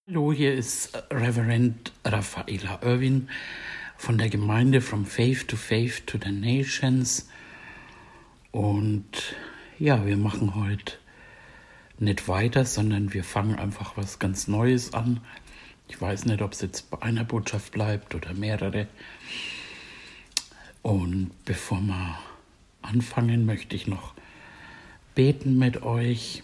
Hallo, hier ist Reverend Raffaela Irwin von der Gemeinde From Faith to the Nations. Und ja, wir machen heute nicht weiter, sondern wir fangen einfach was ganz Neues an. Ich weiß nicht, ob es jetzt bei einer Botschaft bleibt oder mehrere. Und bevor wir anfangen, möchte ich noch beten mit euch.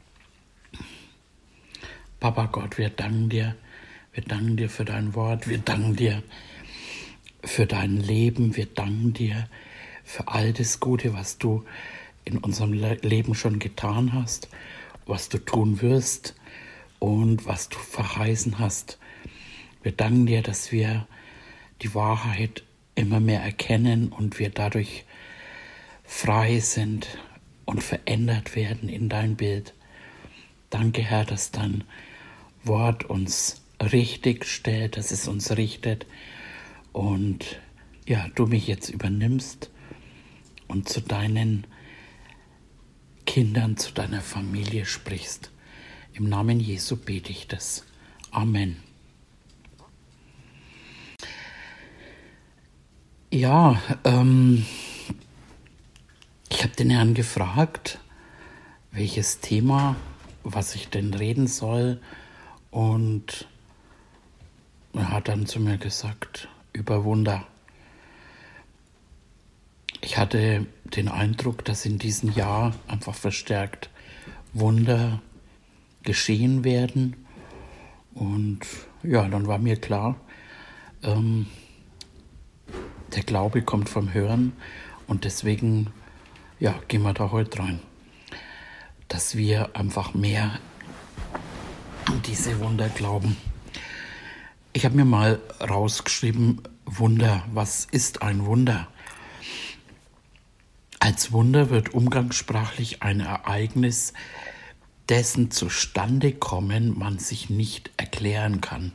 Papa Gott, wir danken dir für dein Wort, wir danken dir für dein Leben, wir danken dir für all das Gute, was du in unserem Leben schon getan hast, was du tun wirst und was du verheißen hast. Wir danken dir, dass wir die Wahrheit immer mehr erkennen und wir dadurch frei sind und verändert werden in dein Bild. Danke, Herr, dass dein Wort uns richtig stellt, dass es uns richtet und ja, du mich jetzt übernimmst und zu deinen Kindern, zu deiner Familie sprichst. Im Namen Jesu bete ich das. Amen. Ja, ich habe den Herrn gefragt, welches Thema, was ich denn reden soll, und er hat dann zu mir gesagt, über Wunder. Ich hatte den Eindruck, dass in diesem Jahr einfach verstärkt Wunder geschehen werden. Und ja, dann war mir klar, der Glaube kommt vom Hören und deswegen ja, gehen wir da heute rein. Dass wir einfach mehr an diese Wunder glauben. Ich habe mir mal rausgeschrieben, Wunder, was ist ein Wunder? Als Wunder wird umgangssprachlich ein Ereignis, dessen Zustandekommen man sich nicht erklären kann,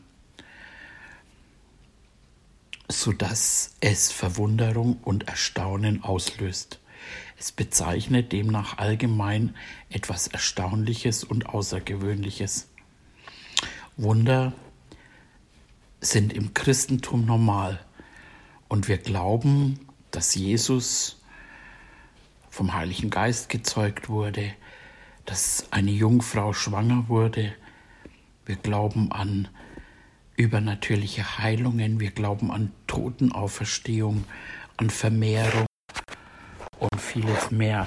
sodass es Verwunderung und Erstaunen auslöst. Es bezeichnet demnach allgemein etwas Erstaunliches und Außergewöhnliches. Wunder sind im Christentum normal und wir glauben, dass Jesus vom Heiligen Geist gezeugt wurde, dass eine Jungfrau schwanger wurde. Wir glauben an übernatürliche Heilungen, wir glauben an Totenauferstehung, an Vermehrung und vieles mehr.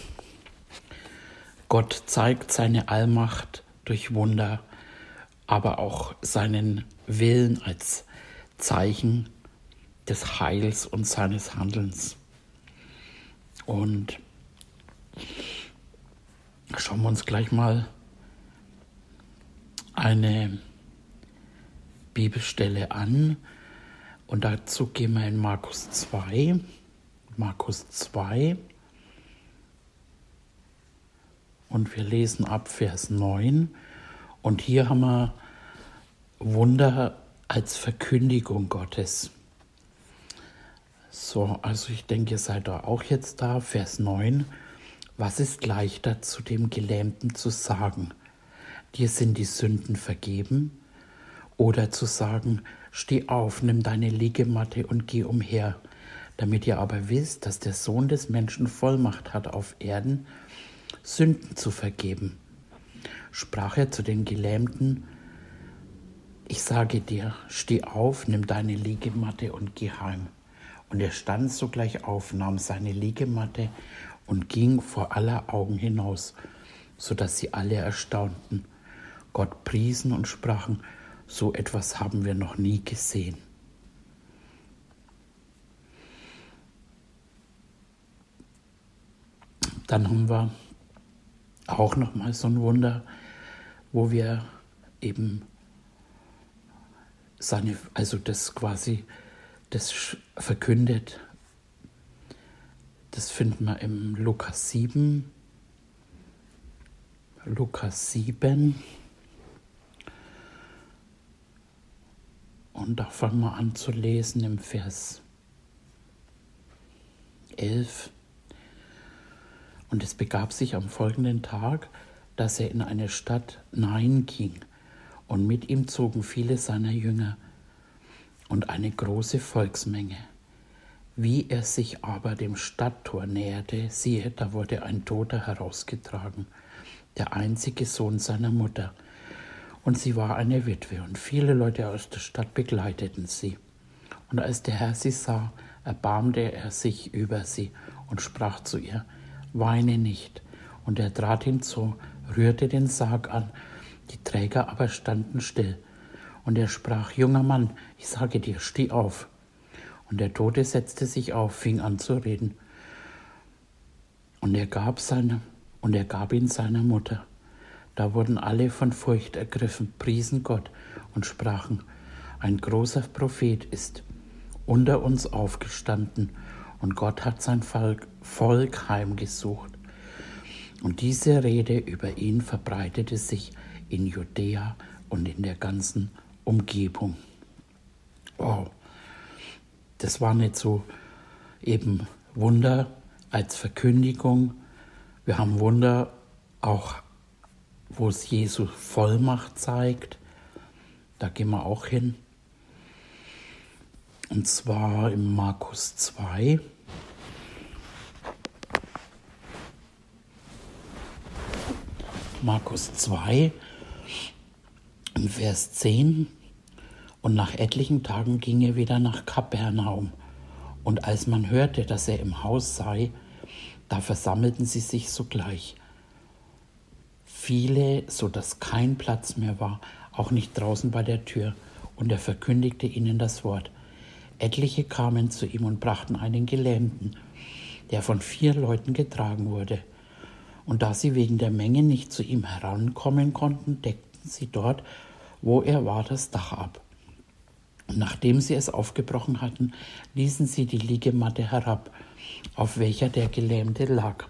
Gott zeigt seine Allmacht durch Wunder, aber auch seinen Willen als Zeichen des Heils und seines Handelns. Und schauen wir uns gleich mal eine Bibelstelle an. Und dazu gehen wir in Markus 2. Markus 2. Und wir lesen ab Vers 9. Und hier haben wir Wunder als Verkündigung Gottes. So, also ich denke, ihr seid da auch jetzt da. Vers 9. Was ist leichter zu dem Gelähmten zu sagen? Dir sind die Sünden vergeben? Oder zu sagen, steh auf, nimm deine Liegematte und geh umher, damit ihr aber wisst, dass der Sohn des Menschen Vollmacht hat auf Erden, Sünden zu vergeben. Sprach er zu den Gelähmten, ich sage dir, steh auf, nimm deine Liegematte und geh heim. Und er stand sogleich auf, nahm seine Liegematte und ging vor aller Augen hinaus, sodass sie alle erstaunten, Gott priesen und sprachen, so etwas haben wir noch nie gesehen. Dann haben wir auch nochmal so ein Wunder, wo wir eben das verkündet. Das finden wir im Lukas 7. Lukas 7. Und da fangen wir an zu lesen im Vers 11. Und es begab sich am folgenden Tag, dass er in eine Stadt Nain ging. und mit ihm zogen viele seiner Jünger und eine große Volksmenge. Wie er sich aber dem Stadttor näherte, siehe, da wurde ein Toter herausgetragen, der einzige Sohn seiner Mutter. Und sie war eine Witwe, und viele Leute aus der Stadt begleiteten sie. Und als der Herr sie sah, erbarmte er sich über sie und sprach zu ihr: Weine nicht. Und er trat hinzu, rührte den Sarg an, die Träger aber standen still. Und er sprach: Junger Mann, ich sage dir, steh auf. Und der Tote setzte sich auf, fing an zu reden. Und er gab ihn seiner Mutter. Da wurden alle von Furcht ergriffen, priesen Gott und sprachen: Ein großer Prophet ist unter uns aufgestanden, und Gott hat sein Volk heimgesucht. Und diese Rede über ihn verbreitete sich in Judäa und in der ganzen Umgebung. Wow, das war nicht so eben Wunder als Verkündigung. Wir haben Wunder auch, wo es Jesu Vollmacht zeigt. Da gehen wir auch hin. Und zwar im Markus 2. Markus 2, in Vers 10. Und nach etlichen Tagen ging er wieder nach Kapernaum. Und als man hörte, dass er im Haus sei, da versammelten sie sich sogleich. Viele, so dass kein Platz mehr war, auch nicht draußen bei der Tür. Und er verkündigte ihnen das Wort. Etliche kamen zu ihm und brachten einen Gelähmten, der von 4 Leuten getragen wurde. Und da sie wegen der Menge nicht zu ihm herankommen konnten, deckten sie dort, wo er war, das Dach ab. Und nachdem sie es aufgebrochen hatten, ließen sie die Liegematte herab, auf welcher der Gelähmte lag.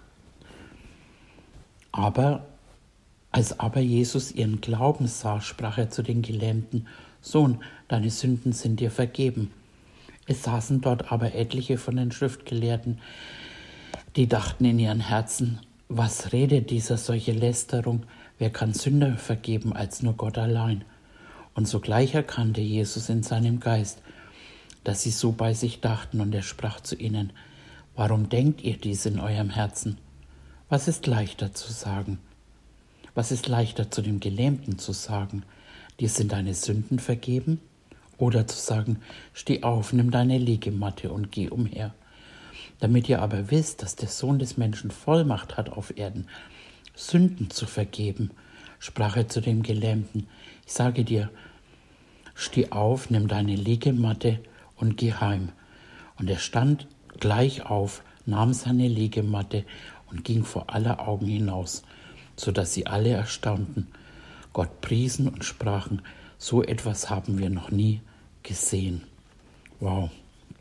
Als aber Jesus ihren Glauben sah, sprach er zu den Gelähmten: Sohn, deine Sünden sind dir vergeben. Es saßen dort aber etliche von den Schriftgelehrten, die dachten in ihren Herzen: Was redet dieser solche Lästerung? Wer kann Sünder vergeben als nur Gott allein? Und sogleich erkannte Jesus in seinem Geist, dass sie so bei sich dachten, und er sprach zu ihnen: Warum denkt ihr dies in eurem Herzen? Was ist leichter zu sagen? Was ist leichter zu dem Gelähmten zu sagen: Dir sind deine Sünden vergeben? Oder zu sagen: Steh auf, nimm deine Liegematte und geh umher. Damit ihr aber wisst, dass der Sohn des Menschen Vollmacht hat auf Erden, Sünden zu vergeben, sprach er zu dem Gelähmten: Ich sage dir, steh auf, nimm deine Liegematte und geh heim. Und er stand gleich auf, nahm seine Liegematte und ging vor aller Augen hinaus, so dass sie alle erstaunten, Gott priesen und sprachen: So etwas haben wir noch nie gesehen. Wow.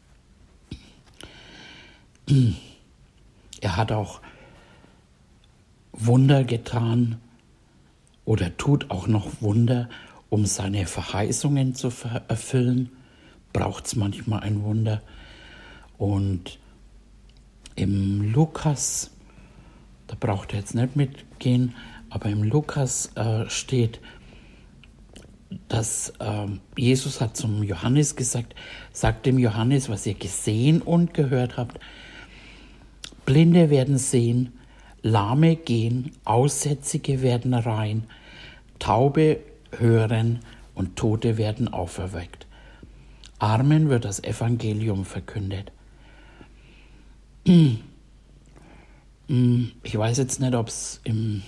Er hat auch Wunder getan oder tut auch noch Wunder, um seine Verheißungen zu erfüllen. Braucht es manchmal ein Wunder. Und im Lukas, da braucht er jetzt nicht mitgehen, aber im Lukas steht, dass Jesus hat zum Johannes gesagt: Sagt dem Johannes, was ihr gesehen und gehört habt. Blinde werden sehen, Lahme gehen, Aussätzige werden rein, Taube hören und Tote werden auferweckt. Armen wird das Evangelium verkündet. Ich weiß jetzt nicht, ob es in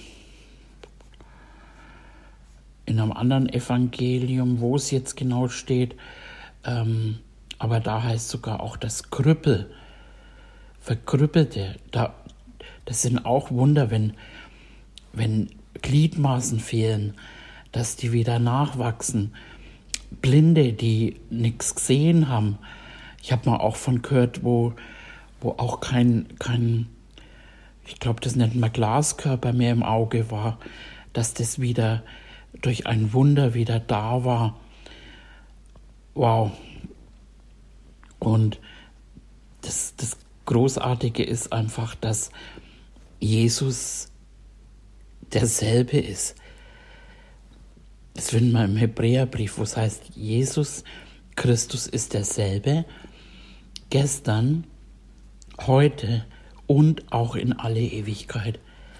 einem anderen Evangelium, wo es jetzt genau steht, aber da heißt sogar auch das Verkrüppelte, das sind auch Wunder, wenn Gliedmaßen fehlen, dass die wieder nachwachsen. Blinde, die nichts gesehen haben. Ich habe mal auch von gehört, wo auch kein, ich glaube, das nennt man Glaskörper mehr im Auge war, dass das wieder durch ein Wunder wieder da war. Wow. Und das Großartige ist einfach, dass Jesus derselbe ist. Das finden wir im Hebräerbrief, wo es heißt, Jesus Christus ist derselbe, gestern, heute und auch in alle Ewigkeit.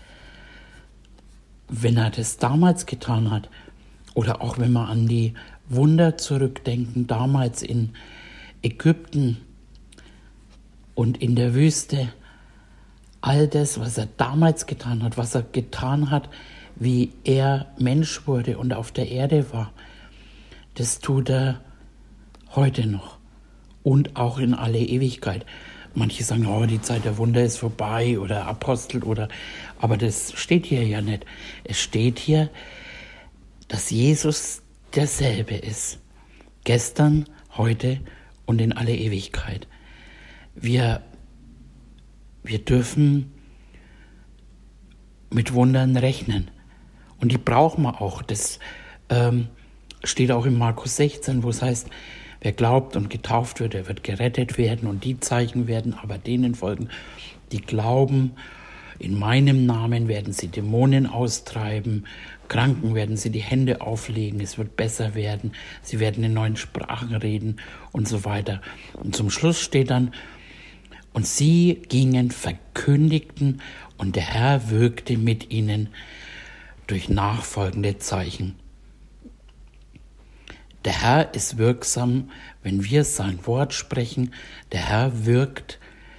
Wenn er das damals getan hat, oder auch wenn wir an die Wunder zurückdenken, damals in Ägypten und in der Wüste, all das, was er damals getan hat, wie er Mensch wurde und auf der Erde war, das tut er heute noch und auch in alle Ewigkeit. Manche sagen, oh, die Zeit der Wunder ist vorbei oder Apostel aber das steht hier ja nicht. Es steht hier, dass Jesus derselbe ist. Gestern, heute und in alle Ewigkeit. Wir dürfen mit Wundern rechnen. Und die brauchen wir auch. Das steht auch in Markus 16, wo es heißt, wer glaubt und getauft wird, der wird gerettet werden und die Zeichen werden aber denen folgen, die glauben. In meinem Namen werden sie Dämonen austreiben, Kranken werden sie die Hände auflegen, es wird besser werden, sie werden in neuen Sprachen reden und so weiter. Und zum Schluss steht dann, und sie gingen, verkündigten und der Herr wirkte mit ihnen durch nachfolgende Zeichen. Der Herr ist wirksam, wenn wir sein Wort sprechen. Der Herr wirkt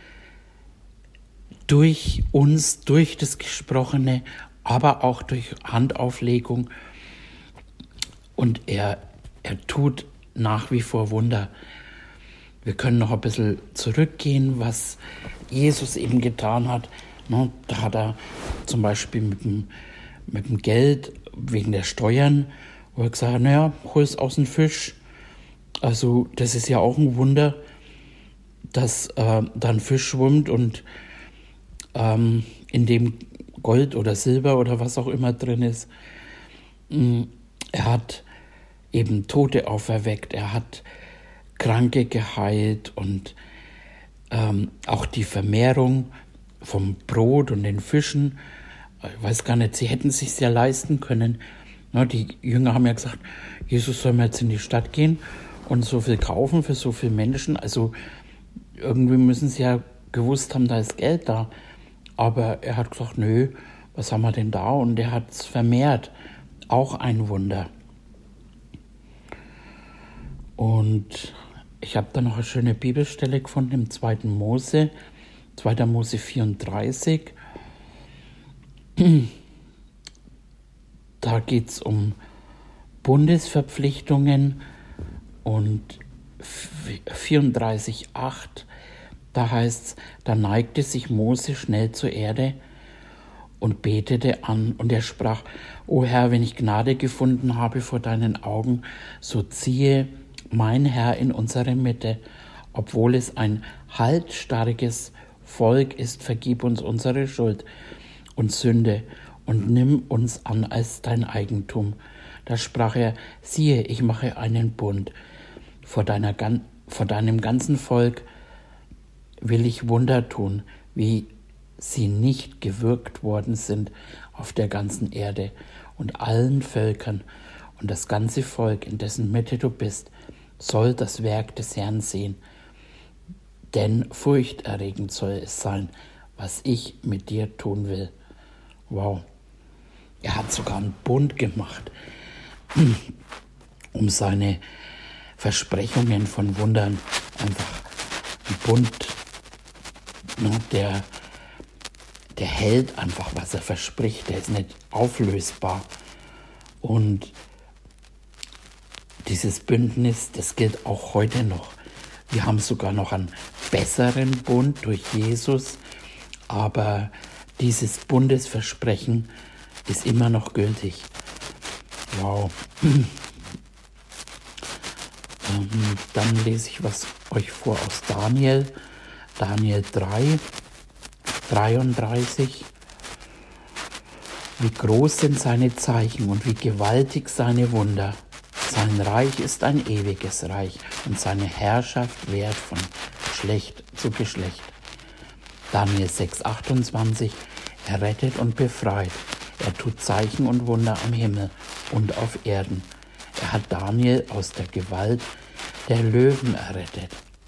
durch uns, durch das Gesprochene, aber auch durch Handauflegung. Und er tut nach wie vor Wunder. Wir können noch ein bisschen zurückgehen, was Jesus eben getan hat. Da hat er zum Beispiel mit dem Geld wegen der Steuern, wo er gesagt hat, naja, hol es aus dem Fisch. Also das ist ja auch ein Wunder, dass da ein Fisch schwimmt und in dem Gold oder Silber oder was auch immer drin ist. Er hat eben Tote auferweckt, er hat Kranke geheilt und auch die Vermehrung vom Brot und den Fischen. Ich weiß gar nicht, sie hätten es sich ja leisten können. Die Jünger haben ja gesagt, Jesus, soll wir jetzt in die Stadt gehen und so viel kaufen für so viele Menschen. Also irgendwie müssen sie ja gewusst haben, da ist Geld da. Aber er hat gesagt, nö, was haben wir denn da? Und er hat es vermehrt. Auch ein Wunder. Und ich habe da noch eine schöne Bibelstelle gefunden im 2. Mose 34. Da geht es um Bundesverpflichtungen und 34,8. Da heißt es, da neigte sich Mose schnell zur Erde und betete an. Und er sprach, O Herr, wenn ich Gnade gefunden habe vor deinen Augen, so ziehe mein Herr in unsere Mitte. Obwohl es ein halsstarriges Volk ist, vergib uns unsere Schuld und Sünde und nimm uns an als dein Eigentum. Da sprach er, siehe, ich mache einen Bund. Vor deinem ganzen Volk will ich Wunder tun, wie sie nicht gewirkt worden sind auf der ganzen Erde und allen Völkern. Und das ganze Volk, in dessen Mitte du bist, soll das Werk des Herrn sehen. Denn furchterregend soll es sein, was ich mit dir tun will. Wow. Er hat sogar einen Bund gemacht, um seine Versprechungen von Wundern einfach ein Bund, der hält einfach, was er verspricht, der ist nicht auflösbar. Und dieses Bündnis, das gilt auch heute noch. Wir haben sogar noch einen besseren Bund durch Jesus, aber dieses Bundesversprechen ist immer noch gültig. Wow. Dann lese ich was euch vor aus Daniel 3, 33. Wie groß sind seine Zeichen und wie gewaltig seine Wunder. Sein Reich ist ein ewiges Reich und seine Herrschaft währt von Geschlecht zu Geschlecht. Daniel 6, 28. Er rettet und befreit. Er tut Zeichen und Wunder am Himmel und auf Erden. Er hat Daniel aus der Gewalt der Löwen errettet.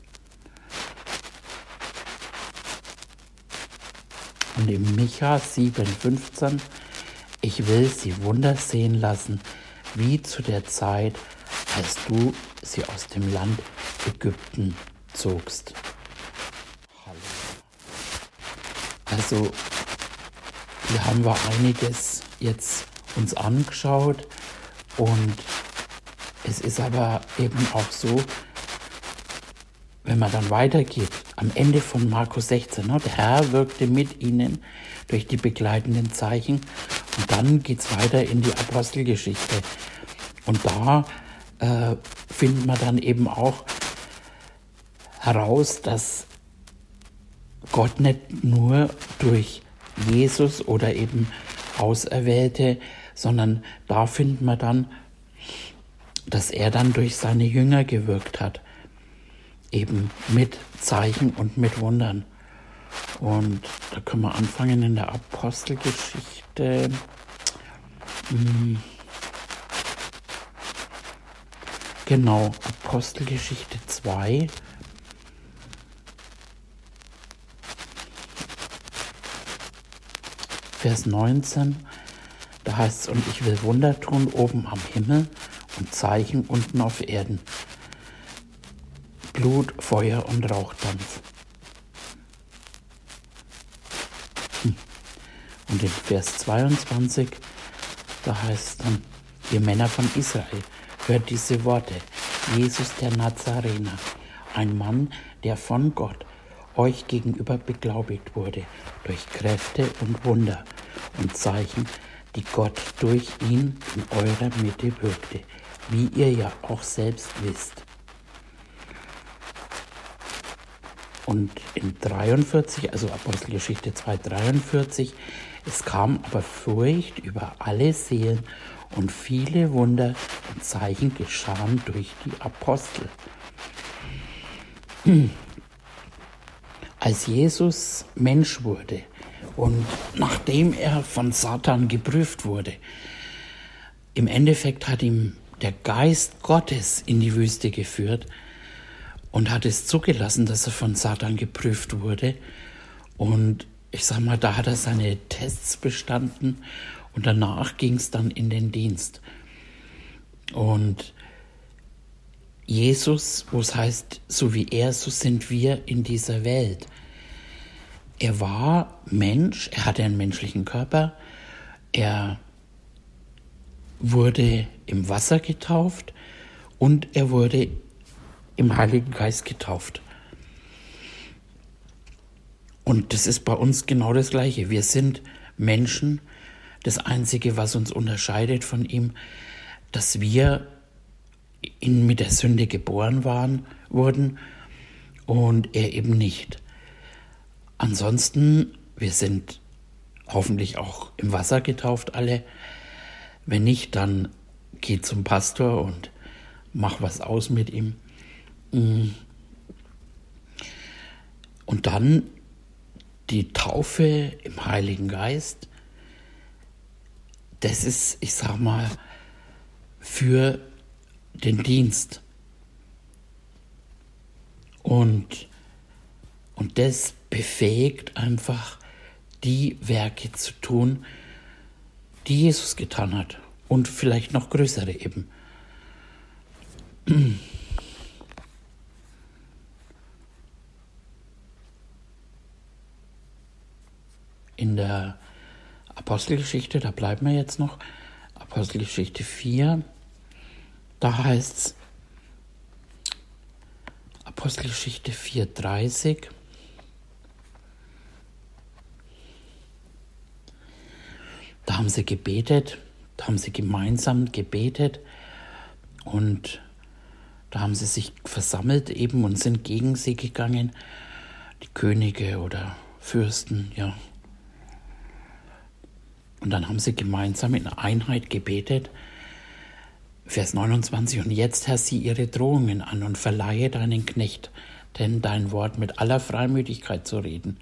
Und in Micha 7,15: Ich will sie Wunder sehen lassen, wie zu der Zeit, als du sie aus dem Land Ägypten zogst. Also, hier haben wir einiges jetzt uns angeschaut und es ist aber eben auch so, wenn man dann weitergeht, am Ende von Markus 16, der Herr wirkte mit ihnen durch die begleitenden Zeichen und dann geht es weiter in die Apostelgeschichte. Und da findet man dann eben auch heraus, dass Gott nicht nur durch Jesus oder eben Auserwählte, sondern da findet man dann, dass er dann durch seine Jünger gewirkt hat. Eben mit Zeichen und mit Wundern. Und da können wir anfangen in der Apostelgeschichte. Genau, Apostelgeschichte 2. Vers 19. Da heißt es: Und ich will Wunder tun oben am Himmel und Zeichen unten auf Erden. Blut, Feuer und Rauchdampf. Und in Vers 22, da heißt es dann: Ihr Männer von Israel, hört diese Worte. Jesus der Nazarener, ein Mann, der von Gott euch gegenüber beglaubigt wurde, durch Kräfte und Wunder und Zeichen, die Gott durch ihn in eurer Mitte wirkte, wie ihr ja auch selbst wisst. Und in 43, also Apostelgeschichte 2,43, es kam aber Furcht über alle Seelen und viele Wunder und Zeichen geschahen durch die Apostel. Als Jesus Mensch wurde und nachdem er von Satan geprüft wurde, im Endeffekt hat ihm der Geist Gottes in die Wüste geführt und hat es zugelassen, dass er von Satan geprüft wurde. Und ich sag mal, da hat er seine Tests bestanden und danach ging es dann in den Dienst. Und Jesus, wo es heißt, so wie er, so sind wir in dieser Welt. Er war Mensch, er hatte einen menschlichen Körper, er wurde im Wasser getauft und er wurde im Heiligen Geist getauft. Und das ist bei uns genau das Gleiche. Wir sind Menschen. Das Einzige, was uns unterscheidet von ihm, dass wir mit der Sünde geboren wurden und er eben nicht. Ansonsten, wir sind hoffentlich auch im Wasser getauft alle. Wenn nicht, dann geh zum Pastor und mach was aus mit ihm. Und dann die Taufe im Heiligen Geist, das ist, ich sag mal, für den Dienst. Und das befähigt einfach, die Werke zu tun, die Jesus getan hat. Und vielleicht noch größere eben. In der Apostelgeschichte, da bleiben wir jetzt noch, Apostelgeschichte 4, da heißt es, Apostelgeschichte 4,30, da haben sie gebetet, da haben sie gemeinsam gebetet und da haben sie sich versammelt eben und sind gegen sie gegangen, die Könige oder Fürsten, ja. Und dann haben sie gemeinsam in Einheit gebetet. Vers 29, und jetzt, Herr, sieh ihre Drohungen an und verleihe deinen Knecht, denn dein Wort mit aller Freimütigkeit zu reden,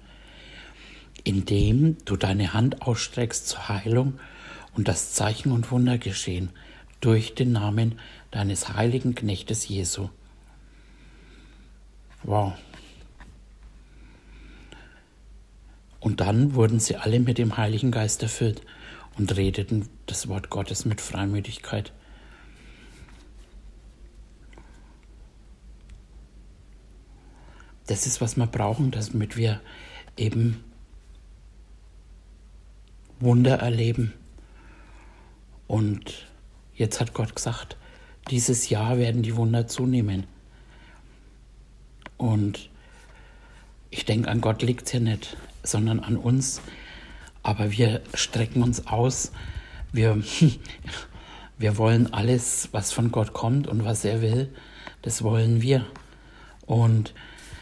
indem du deine Hand ausstreckst zur Heilung und das Zeichen und Wunder geschehen, durch den Namen deines heiligen Knechtes Jesu. Wow. Und dann wurden sie alle mit dem Heiligen Geist erfüllt und redeten das Wort Gottes mit Freimütigkeit. Das ist, was wir brauchen, damit wir eben Wunder erleben. Und jetzt hat Gott gesagt, dieses Jahr werden die Wunder zunehmen. Und ich denke, an Gott liegt es ja nicht, sondern an uns. Aber wir strecken uns aus. Wir wollen alles, was von Gott kommt und was er will, das wollen wir. Und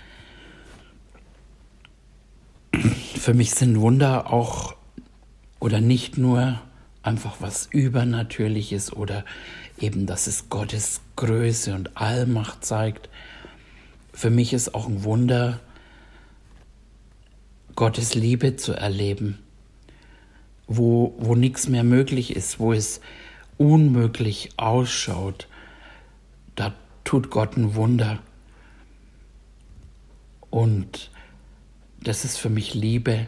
für mich sind Wunder auch oder nicht nur einfach was Übernatürliches oder eben, dass es Gottes Größe und Allmacht zeigt. Für mich ist auch ein Wunder, Gottes Liebe zu erleben, wo nichts mehr möglich ist, wo es unmöglich ausschaut. Da tut Gott ein Wunder. Und das ist für mich Liebe,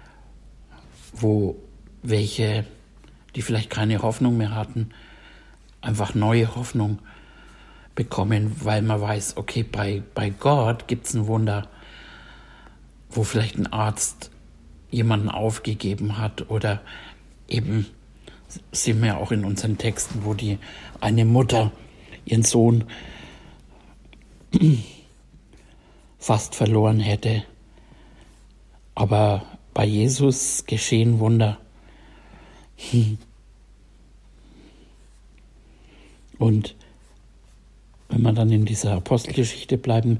wo welche, die vielleicht keine Hoffnung mehr hatten, einfach neue Hoffnung bekommen, weil man weiß, okay, bei Gott gibt es ein Wunder, wo vielleicht ein Arzt jemanden aufgegeben hat oder eben, sehen wir ja auch in unseren Texten, wo eine Mutter ihren Sohn fast verloren hätte. Aber bei Jesus geschehen Wunder. Und wenn wir dann in dieser Apostelgeschichte bleiben,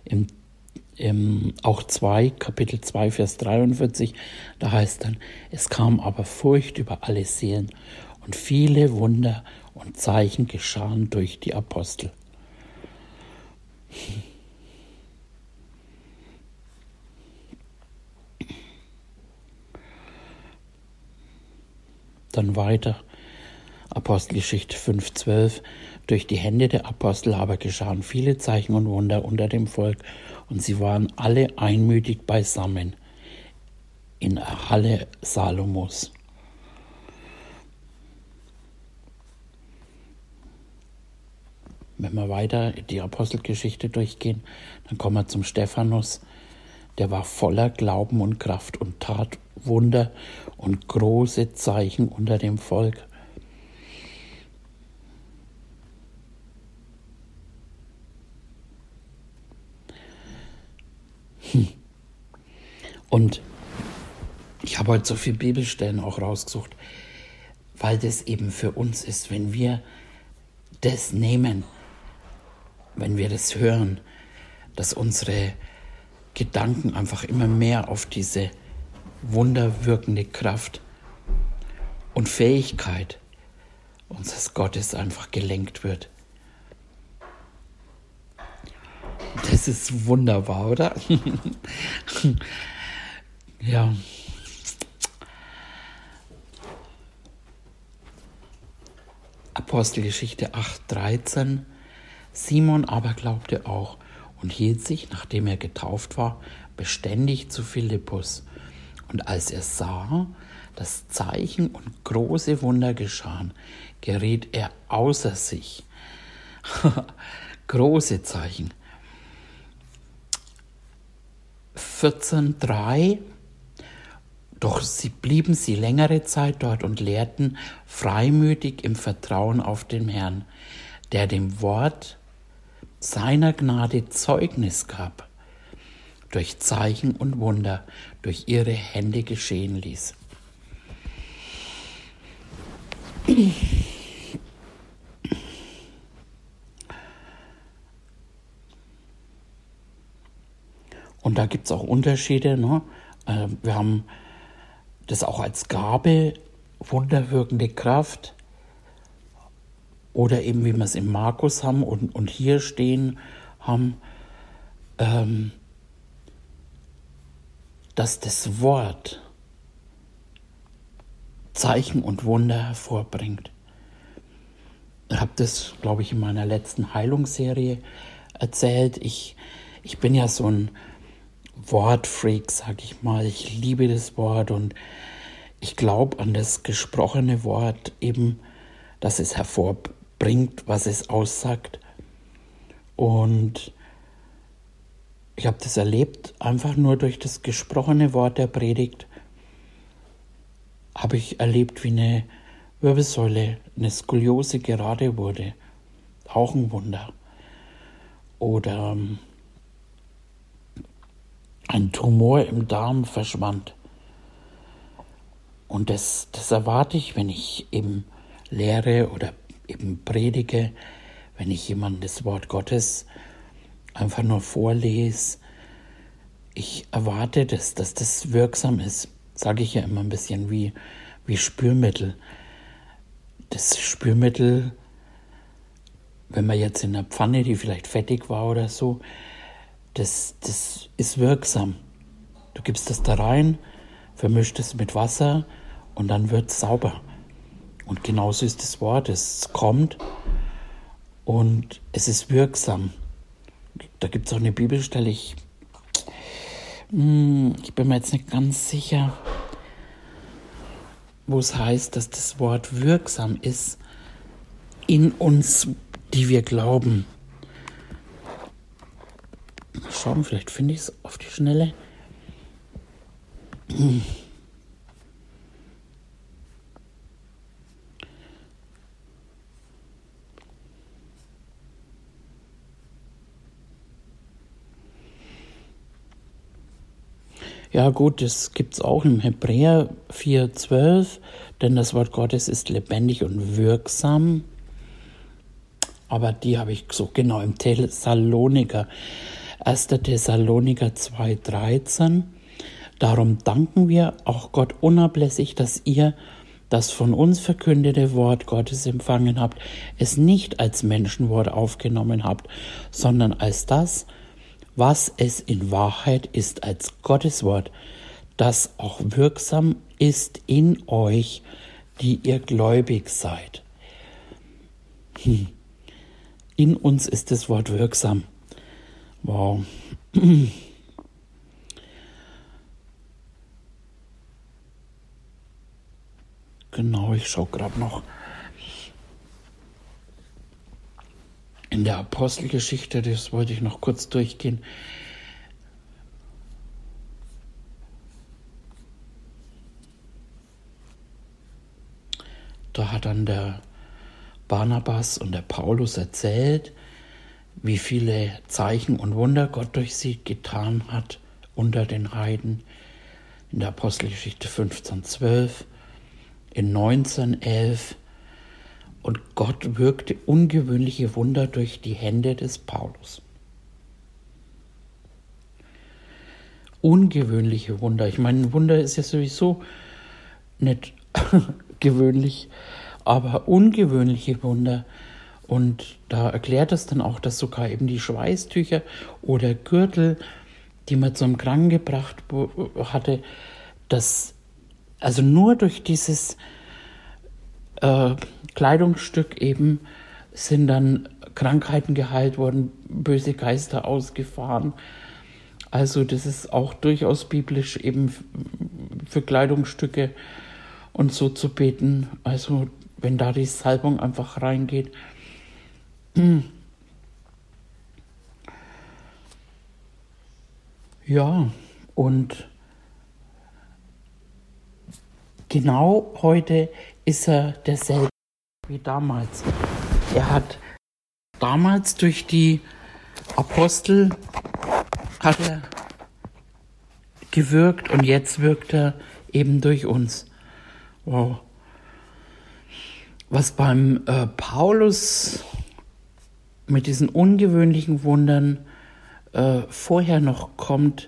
auch Kapitel 2, Vers 43, da heißt dann, es kam aber Furcht über alle Seelen und viele Wunder und Zeichen geschahen durch die Apostel. Dann weiter, Apostelgeschichte 5,12. Durch die Hände der Apostel aber geschahen viele Zeichen und Wunder unter dem Volk, und sie waren alle einmütig beisammen in der Halle Salomos. Wenn wir weiter in die Apostelgeschichte durchgehen, dann kommen wir zum Stephanus. Der war voller Glauben und Kraft und tat Wunder und große Zeichen unter dem Volk. Und ich habe heute so viele Bibelstellen auch rausgesucht, weil das eben für uns ist, wenn wir das nehmen, wenn wir das hören, dass unsere Gedanken einfach immer mehr auf diese wunderwirkende Kraft und Fähigkeit unseres Gottes einfach gelenkt wird. Das ist wunderbar, oder? Ja. Apostelgeschichte 8,13. Simon aber glaubte auch und hielt sich, nachdem er getauft war, beständig zu Philippus. Und als er sah, dass Zeichen und große Wunder geschahen, geriet er außer sich. Große Zeichen. 14,3. Doch blieben sie längere Zeit dort und lehrten freimütig im Vertrauen auf den Herrn, der dem Wort seiner Gnade Zeugnis gab, durch Zeichen und Wunder, durch ihre Hände geschehen ließ. Und da gibt es auch Unterschiede. Ne? Wir haben das auch als Gabe, wunderwirkende Kraft, oder eben wie wir es im Markus haben und hier stehen haben, dass das Wort Zeichen und Wunder hervorbringt. habe das, glaube ich, in meiner letzten Heilungsserie erzählt. Ich bin ja so ein Wortfreak, sag ich mal. Ich liebe das Wort und ich glaube an das gesprochene Wort eben, dass es hervorbringt, was es aussagt. Und ich habe das erlebt, einfach nur durch das gesprochene Wort der Predigt habe ich erlebt, wie eine Wirbelsäule, eine Skoliose gerade wurde. Auch ein Wunder. Oder ein Tumor im Darm verschwand. Und das erwarte ich, wenn ich eben lehre oder eben predige, wenn ich jemandem das Wort Gottes einfach nur vorlese. Ich erwarte dass das wirksam ist. Sage ich ja immer ein bisschen wie Spülmittel. Das Spülmittel, wenn man jetzt in einer Pfanne, die vielleicht fettig war oder so, das ist wirksam. Du gibst das da rein, vermischt es mit Wasser und dann wird es sauber. Und genauso ist das Wort, es kommt und es ist wirksam. Da gibt es auch eine Bibelstelle, ich bin mir jetzt nicht ganz sicher, wo es heißt, dass das Wort wirksam ist in uns, die wir glauben. Mal schauen, vielleicht finde ich es auf die Schnelle. Ja gut, das gibt es auch im Hebräer 4,12, denn das Wort Gottes ist lebendig und wirksam. Aber die habe ich so genau im Thessaloniker, 1. Thessaloniker 2,13. Darum danken wir auch Gott unablässig, dass ihr das von uns verkündete Wort Gottes empfangen habt, es nicht als Menschenwort aufgenommen habt, sondern als das, was es in Wahrheit ist, als Gottes Wort, das auch wirksam ist in euch, die ihr gläubig seid. In uns ist das Wort wirksam. Wow. Genau, ich schaue gerade noch in der Apostelgeschichte, das wollte ich noch kurz durchgehen. Da hat dann der Barnabas und der Paulus erzählt, wie viele Zeichen und Wunder Gott durch sie getan hat unter den Heiden. In der Apostelgeschichte 15,12, in 19,11. Und Gott wirkte ungewöhnliche Wunder durch die Hände des Paulus. Ungewöhnliche Wunder. Ich meine, ein Wunder ist ja sowieso nicht gewöhnlich, aber ungewöhnliche Wunder. Und da erklärt es dann auch, dass sogar eben die Schweißtücher oder Gürtel, die man zum Kranken gebracht hatte, dass also nur durch dieses Kleidungsstück eben sind dann Krankheiten geheilt worden, böse Geister ausgefahren. Also das ist auch durchaus biblisch eben für Kleidungsstücke und so zu beten. Also wenn da die Salbung einfach reingeht. Ja, und genau heute ist er derselbe wie damals. Er hat damals durch die Apostel hat er gewirkt und jetzt wirkt er eben durch uns. Wow. Was beim Paulus mit diesen ungewöhnlichen Wundern vorher noch kommt,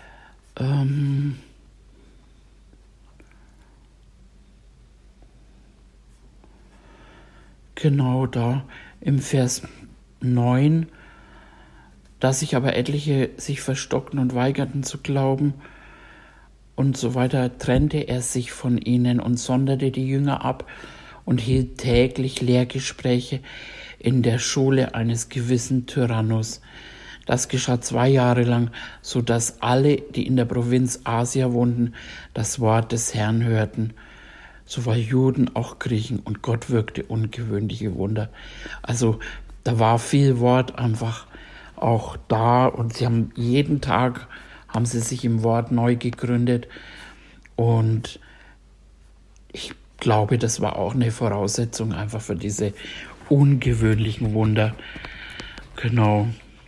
genau da im Vers 9, dass sich aber etliche sich verstockten und weigerten zu glauben und so weiter, trennte er sich von ihnen und sonderte die Jünger ab und hielt täglich Lehrgespräche in der Schule eines gewissen Tyrannus. Das geschah 2 Jahre lang, so dass alle, die in der Provinz Asia wohnten, das Wort des Herrn hörten. Sowohl Juden, auch Griechen, und Gott wirkte ungewöhnliche Wunder. Also da war viel Wort einfach auch da, und sie haben jeden Tag, haben sie sich im Wort neu gegründet, und ich glaube, das war auch eine Voraussetzung einfach für diese ungewöhnlichen Wunder. Genau.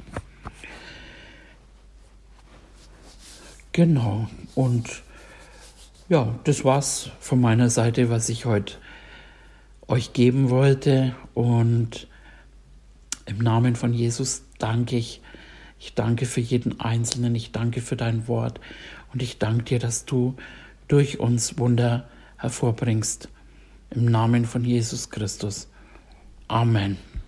Und ja, das war's von meiner Seite, was ich heute euch geben wollte. Und im Namen von Jesus danke ich. Ich danke für jeden Einzelnen. Ich danke für dein Wort. Und ich danke dir, dass du durch uns Wunder hervorbringst. Im Namen von Jesus Christus. Amen.